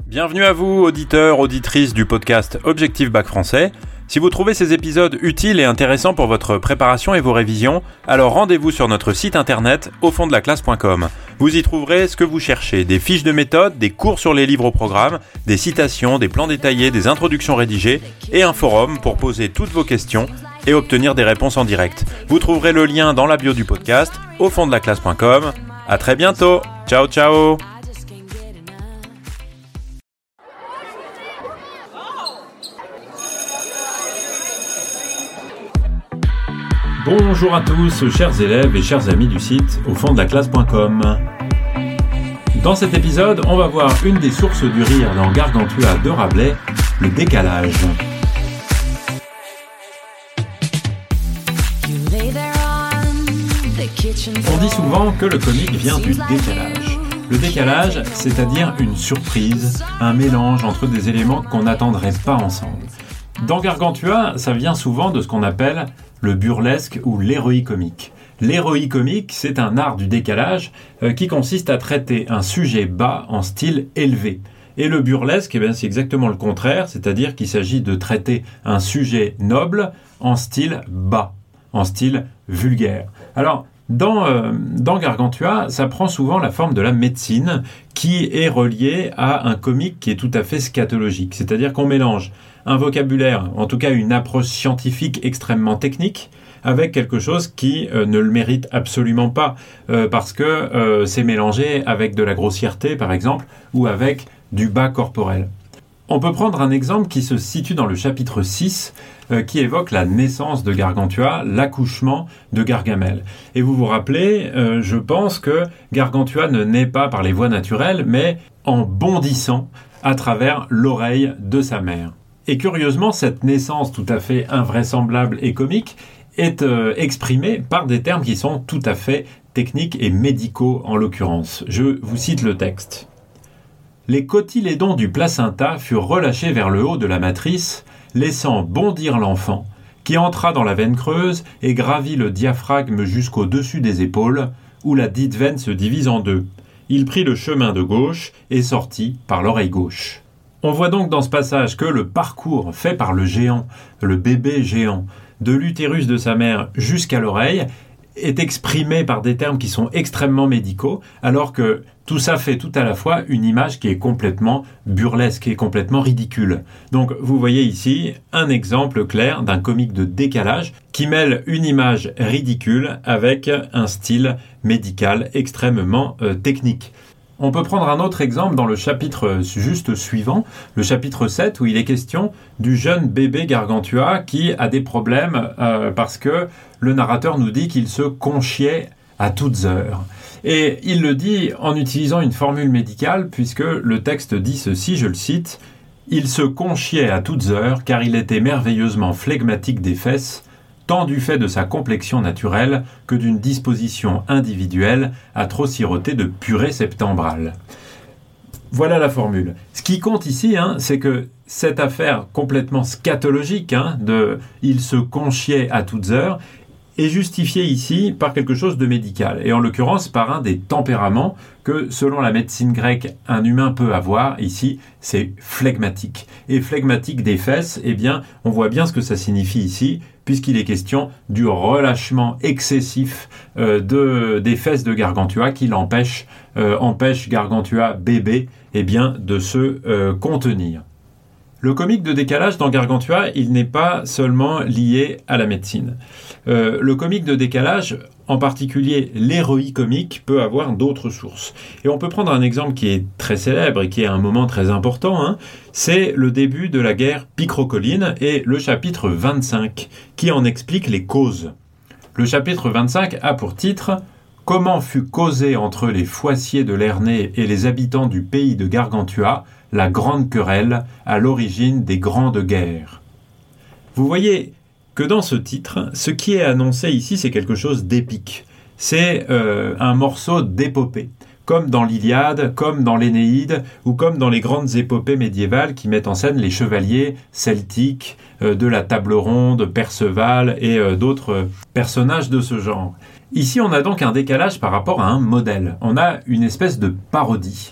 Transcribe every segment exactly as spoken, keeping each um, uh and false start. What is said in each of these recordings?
Bienvenue à vous, auditeurs, auditrices du podcast Objectif Bac Français. Si vous trouvez ces épisodes utiles et intéressants pour votre préparation et vos révisions, alors rendez-vous sur notre site internet au fond de la classe point com. Vous y trouverez ce que vous cherchez, des fiches de méthode, des cours sur les livres au programme, des citations, des plans détaillés, des introductions rédigées et un forum pour poser toutes vos questions et obtenir des réponses en direct. Vous trouverez le lien dans la bio du podcast au fond de la classe point com. À très bientôt. Ciao ciao. Bonjour à tous, chers élèves et chers amis du site au fond de la classe point com. Dans cet épisode, on va voir une des sources du rire dans Gargantua de Rabelais, le décalage. On dit souvent que le comique vient du décalage. Le décalage, c'est-à-dire une surprise, un mélange entre des éléments qu'on n'attendrait pas ensemble. Dans Gargantua, ça vient souvent de ce qu'on appelle le burlesque ou l'héroïque comique. L'héroïque comique, c'est un art du décalage euh, qui consiste à traiter un sujet bas en style élevé. Et le burlesque, eh bien, c'est exactement le contraire, c'est-à-dire qu'il s'agit de traiter un sujet noble en style bas, en style vulgaire. Alors, Dans, euh, dans Gargantua, ça prend souvent la forme de la médecine qui est reliée à un comique qui est tout à fait scatologique. C'est-à-dire qu'on mélange un vocabulaire, en tout cas une approche scientifique extrêmement technique, avec quelque chose qui euh, ne le mérite absolument pas, euh, parce que euh, c'est mélangé avec de la grossièreté, par exemple, ou avec du bas corporel. On peut prendre un exemple qui se situe dans le chapitre six, euh, qui évoque la naissance de Gargantua, l'accouchement de Gargamel. Et vous vous rappelez, euh, je pense que Gargantua ne naît pas par les voies naturelles, mais en bondissant à travers l'oreille de sa mère. Et curieusement, cette naissance tout à fait invraisemblable et comique est euh, exprimée par des termes qui sont tout à fait techniques et médicaux en l'occurrence. Je vous cite le texte. Les cotylédons du placenta furent relâchés vers le haut de la matrice, laissant bondir l'enfant, qui entra dans la veine creuse et gravit le diaphragme jusqu'au-dessus des épaules, où la dite veine se divise en deux. Il prit le chemin de gauche et sortit par l'oreille gauche. On voit donc dans ce passage que le parcours fait par le géant, le bébé géant, de l'utérus de sa mère jusqu'à l'oreille, est exprimé par des termes qui sont extrêmement médicaux, alors que tout ça fait tout à la fois une image qui est complètement burlesque et complètement ridicule. Donc vous voyez ici un exemple clair d'un comique de décalage qui mêle une image ridicule avec un style médical extrêmement euh, technique. On peut prendre un autre exemple dans le chapitre juste suivant, le chapitre sept, où il est question du jeune bébé Gargantua qui a des problèmes euh, parce que le narrateur nous dit qu'il se conchiait à toutes heures. Et il le dit en utilisant une formule médicale, puisque le texte dit ceci, je le cite, « Il se conchiait à toutes heures car il était merveilleusement flegmatique des fesses, tant du fait de sa complexion naturelle que d'une disposition individuelle à trop siroter de purée septembrale. » Voilà la formule. Ce qui compte ici, hein, c'est que cette affaire complètement scatologique hein, de « il se conchiait à toutes heures » est justifiée ici par quelque chose de médical, et en l'occurrence par un des tempéraments que, selon la médecine grecque, un humain peut avoir. Ici, c'est flegmatique. Et flegmatique des fesses, eh bien, on voit bien ce que ça signifie ici, puisqu'il est question du relâchement excessif euh, de, des fesses de Gargantua qui l'empêche, euh, empêche Gargantua bébé eh bien, de se euh, contenir. Le comique de décalage dans Gargantua, il n'est pas seulement lié à la médecine. Euh, le comique de décalage, en particulier l'héroïque comique, peut avoir d'autres sources. Et on peut prendre un exemple qui est très célèbre et qui est un moment très important, hein. C'est le début de la guerre picrocolline et le chapitre vingt-cinq, qui en explique les causes. Le chapitre vingt-cinq a pour titre « Comment fut causée entre les Foissiers de Lernée et les habitants du pays de Gargantua la grande querelle à l'origine des grandes guerres ». Vous voyez que dans ce titre, ce qui est annoncé ici, c'est quelque chose d'épique. C'est euh, un morceau d'épopée, comme dans l'Iliade, comme dans l'Énéide, ou comme dans les grandes épopées médiévales qui mettent en scène les chevaliers celtiques euh, de la table ronde, Perceval et euh, d'autres personnages de ce genre. Ici, on a donc un décalage par rapport à un modèle. On a une espèce de parodie.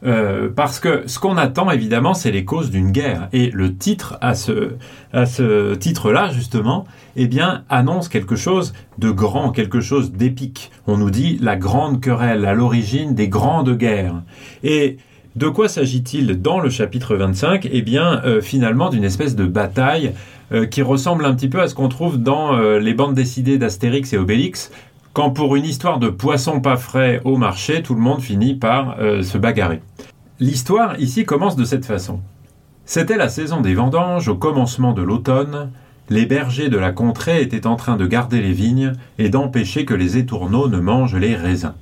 Euh, parce que ce qu'on attend, évidemment, c'est les causes d'une guerre. Et le titre, à ce, à ce titre-là, justement, eh bien, annonce quelque chose de grand, quelque chose d'épique. On nous dit la grande querelle à l'origine des grandes guerres. Et de quoi s'agit-il dans le chapitre vingt-cinq ? Eh bien, euh, finalement, d'une espèce de bataille euh, qui ressemble un petit peu à ce qu'on trouve dans euh, les bandes dessinées d'Astérix et Obélix, quand pour une histoire de poisson pas frais au marché, tout le monde finit par euh, se bagarrer. L'histoire ici commence de cette façon. C'était la saison des vendanges, au commencement de l'automne. Les bergers de la contrée étaient en train de garder les vignes et d'empêcher que les étourneaux ne mangent les raisins.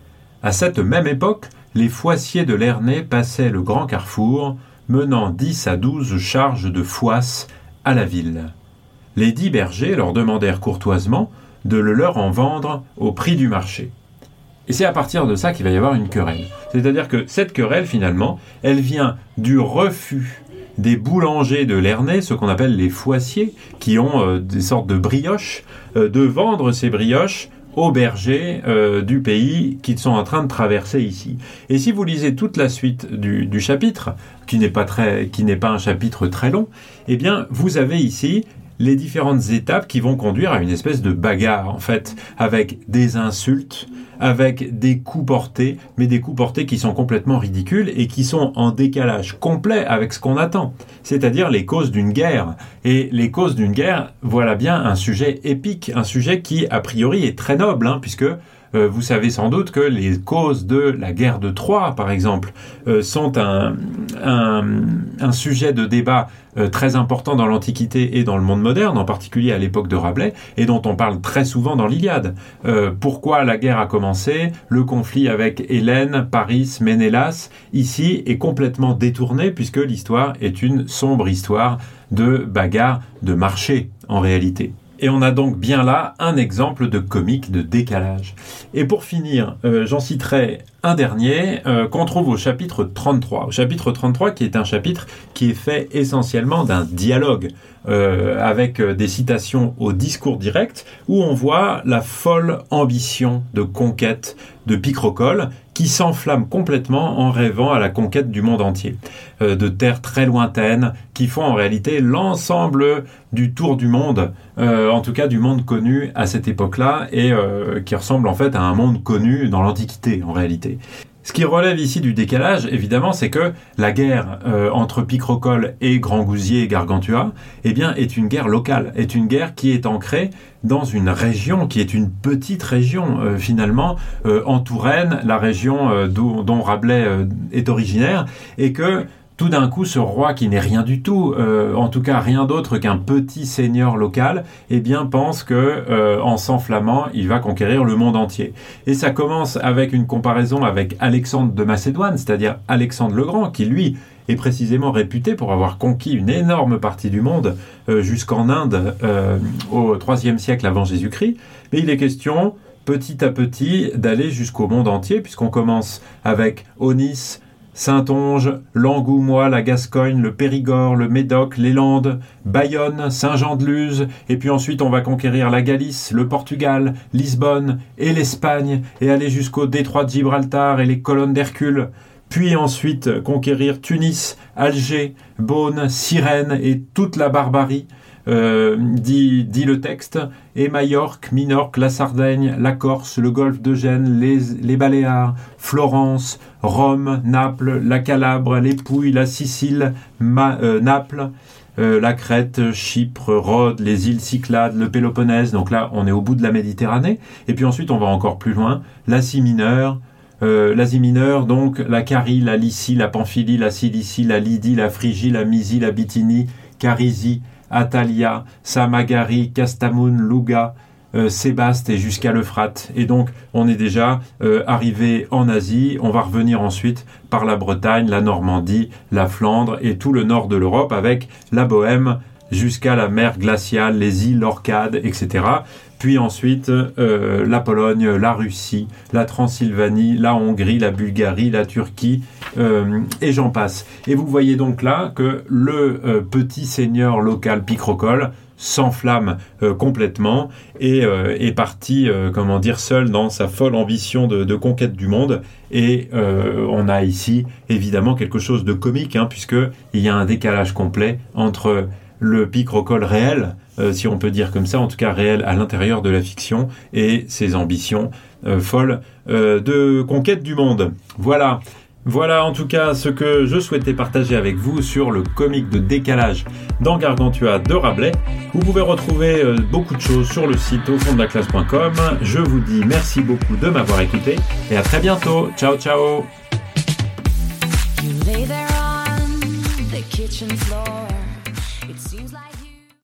À cette même époque, les foissiers de Lernay passaient le grand carrefour, menant dix à douze charges de foisse à la ville. Les dix bergers leur demandèrent courtoisement de le leur en vendre au prix du marché. Et c'est à partir de ça qu'il va y avoir une querelle. C'est-à-dire que cette querelle, finalement, elle vient du refus des boulangers de Lernay, ce qu'on appelle les foissiers, qui ont euh, des sortes de brioches, euh, de vendre ces brioches aux bergers euh, du pays qu'ils sont en train de traverser ici. Et si vous lisez toute la suite du, du chapitre, qui n'est pas très, qui n'est pas un chapitre très long, eh bien, vous avez ici les différentes étapes qui vont conduire à une espèce de bagarre, en fait, avec des insultes, avec des coups portés, mais des coups portés qui sont complètement ridicules et qui sont en décalage complet avec ce qu'on attend, c'est-à-dire les causes d'une guerre. Et les causes d'une guerre, voilà bien un sujet épique, un sujet qui, a priori, est très noble, hein, puisque Euh, vous savez sans doute que les causes de la guerre de Troie, par exemple, euh, sont un, un, un sujet de débat euh, très important dans l'Antiquité et dans le monde moderne, en particulier à l'époque de Rabelais, et dont on parle très souvent dans l'Iliade. Euh, pourquoi la guerre a commencé ? Le conflit avec Hélène, Paris, Ménélas, ici, est complètement détourné, puisque l'histoire est une sombre histoire de bagarre de marché, en réalité. Et on a donc bien là un exemple de comique de décalage. Et pour finir, euh, j'en citerai un dernier euh, qu'on trouve au chapitre trente-trois. Au chapitre trente-trois, qui est un chapitre qui est fait essentiellement d'un dialogue euh, avec des citations au discours direct, où on voit la folle ambition de conquête de Picrochole, qui s'enflamme complètement en rêvant à la conquête du monde entier, euh, de terres très lointaines, qui font en réalité l'ensemble du tour du monde, euh, en tout cas du monde connu à cette époque-là, et euh, qui ressemble en fait à un monde connu dans l'Antiquité, en réalité. Ce qui relève ici du décalage, évidemment, c'est que la guerre euh, entre Picrochole et Grand Gousier et Gargantua, eh bien, est une guerre locale, est une guerre qui est ancrée dans une région qui est une petite région, euh, finalement, euh, en Touraine, la région euh, dont, dont Rabelais euh, est originaire, et que tout d'un coup, ce roi qui n'est rien du tout, euh, en tout cas rien d'autre qu'un petit seigneur local, eh bien pense que euh, en s'enflammant, il va conquérir le monde entier. Et ça commence avec une comparaison avec Alexandre de Macédoine, c'est-à-dire Alexandre le Grand, qui lui est précisément réputé pour avoir conquis une énorme partie du monde euh, jusqu'en Inde euh, au troisième siècle avant Jésus-Christ. Mais il est question, petit à petit, d'aller jusqu'au monde entier, puisqu'on commence avec Aunis, Saintonge, l'Angoumois, la Gascogne, le Périgord, le Médoc, les Landes, Bayonne, Saint-Jean-de-Luz, et puis ensuite on va conquérir la Galice, le Portugal, Lisbonne et l'Espagne, et aller jusqu'au détroit de Gibraltar et les colonnes d'Hercule, puis ensuite conquérir Tunis, Alger, Beaune, Cyrène et toute la barbarie, Euh, dit, dit le texte, et Majorque, Minorque, la Sardaigne, la Corse, le golfe de Gênes, les, les Baléares, Florence, Rome, Naples, la Calabre, les Pouilles, la Sicile, Ma, euh, Naples, euh, la Crète, Chypre, Rhodes, les îles Cyclades, le Péloponnèse, donc là on est au bout de la Méditerranée, et puis ensuite on va encore plus loin, l'Asie mineure, Euh, l'Asie mineure, donc la Carie, la Lycie, la Pamphylie, la Cilicie, la Lydie, la Phrygie, la Mysie, la Bithynie, Carisie, Atalia, Samagarie, Castamoun, Louga, euh, Sébaste et jusqu'à l'Euphrate. Et donc, on est déjà euh, arrivé en Asie. On va revenir ensuite par la Bretagne, la Normandie, la Flandre et tout le nord de l'Europe avec la Bohème, jusqu'à la mer glaciale, les îles Orcades, et cetera. Puis ensuite, euh, la Pologne, la Russie, la Transylvanie, la Hongrie, la Bulgarie, la Turquie, euh, et j'en passe. Et vous voyez donc là que le euh, petit seigneur local Picrocole s'enflamme euh, complètement et euh, est parti, euh, comment dire, seul dans sa folle ambition de, de conquête du monde. Et euh, on a ici, évidemment, quelque chose de comique, hein, puisqu'il y a un décalage complet entre le Picrocole réel, euh, si on peut dire comme ça, en tout cas réel à l'intérieur de la fiction, et ses ambitions euh, folles euh, de conquête du monde. Voilà. Voilà en tout cas ce que je souhaitais partager avec vous sur le comique de décalage dans Gargantua de Rabelais. Vous pouvez retrouver euh, beaucoup de choses sur le site au fond de la classe point com. Je vous dis merci beaucoup de m'avoir écouté et à très bientôt. Ciao ciao. You lay there on the kitchen floor. It seems like